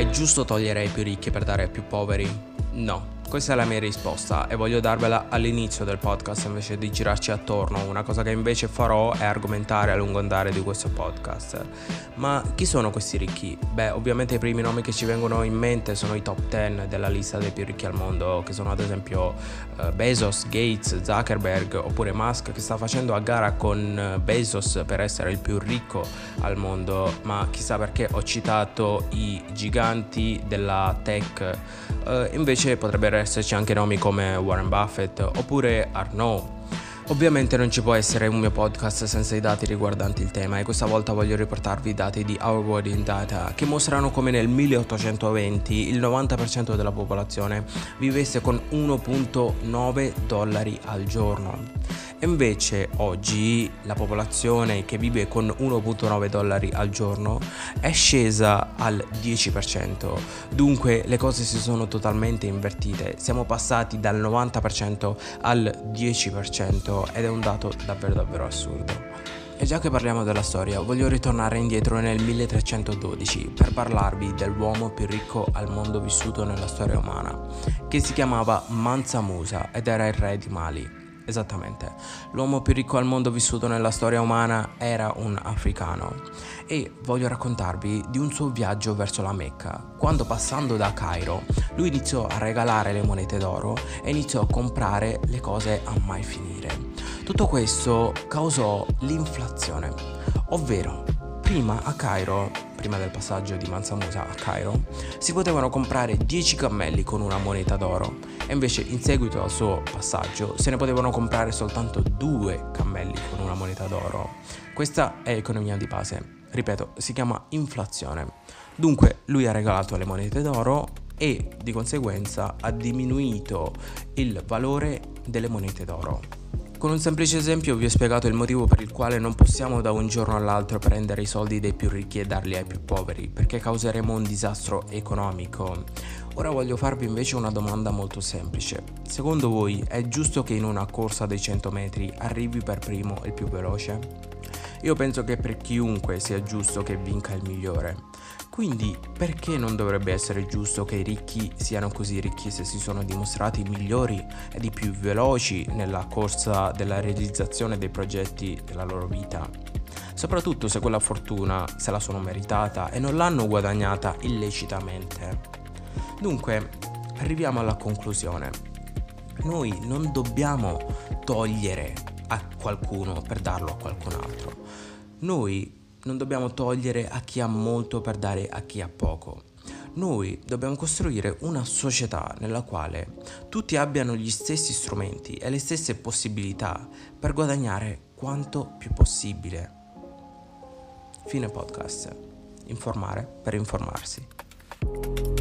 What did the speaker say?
È giusto togliere ai più ricchi per dare ai più poveri? No. Questa è la mia risposta e voglio darvela all'inizio del podcast invece di girarci attorno. Una cosa che invece farò è argomentare a lungo andare di questo podcast. Ma chi sono questi ricchi? Beh, ovviamente i primi nomi che ci vengono in mente sono i top 10 della lista dei più ricchi al mondo, che sono ad esempio Bezos, Gates, Zuckerberg oppure Musk, che sta facendo a gara con Bezos per essere il più ricco al mondo. Ma chissà perché ho citato i giganti della tech, invece potrebbero esserci anche nomi come Warren Buffett oppure Arnaud. Ovviamente non ci può essere un mio podcast senza i dati riguardanti il tema e questa volta voglio riportarvi i dati di Our World in Data che mostrano come nel 1820 il 90% della popolazione vivesse con $1.9 al giorno. E invece oggi la popolazione che vive con $1.9 al giorno è scesa al 10%. Dunque le cose si sono totalmente invertite. Siamo passati dal 90% al 10% ed è un dato davvero assurdo. E già che parliamo della storia, voglio ritornare indietro nel 1312 per parlarvi dell'uomo più ricco al mondo vissuto nella storia umana, che si chiamava Mansa Musa ed era il re di Mali. Esattamente, l'uomo più ricco al mondo vissuto nella storia umana era un africano e voglio raccontarvi di un suo viaggio verso la Mecca, quando passando da Cairo lui iniziò a regalare le monete d'oro e iniziò a comprare le cose a mai finire. Tutto questo causò l'inflazione, ovvero prima del passaggio di Mansa Musa a Cairo, si potevano comprare 10 cammelli con una moneta d'oro e invece in seguito al suo passaggio se ne potevano comprare soltanto 2 cammelli con una moneta d'oro. Questa è economia di base, ripeto, si chiama inflazione. Dunque lui ha regalato le monete d'oro e di conseguenza ha diminuito il valore delle monete d'oro. Con un semplice esempio vi ho spiegato il motivo per il quale non possiamo da un giorno all'altro prendere i soldi dei più ricchi e darli ai più poveri, perché causeremo un disastro economico. Ora voglio farvi invece una domanda molto semplice. Secondo voi è giusto che in una corsa dei 100 metri arrivi per primo il più veloce? Io penso che per chiunque sia giusto che vinca il migliore. Quindi perché non dovrebbe essere giusto che i ricchi siano così ricchi se si sono dimostrati migliori ed i più veloci nella corsa della realizzazione dei progetti della loro vita? Soprattutto se quella fortuna se la sono meritata e non l'hanno guadagnata illecitamente. Dunque, arriviamo alla conclusione. Noi non dobbiamo togliere a qualcuno per darlo a qualcun altro. Noi non dobbiamo togliere a chi ha molto per dare a chi ha poco. Noi dobbiamo costruire una società nella quale tutti abbiano gli stessi strumenti e le stesse possibilità per guadagnare quanto più possibile. Fine podcast. Informare per informarsi.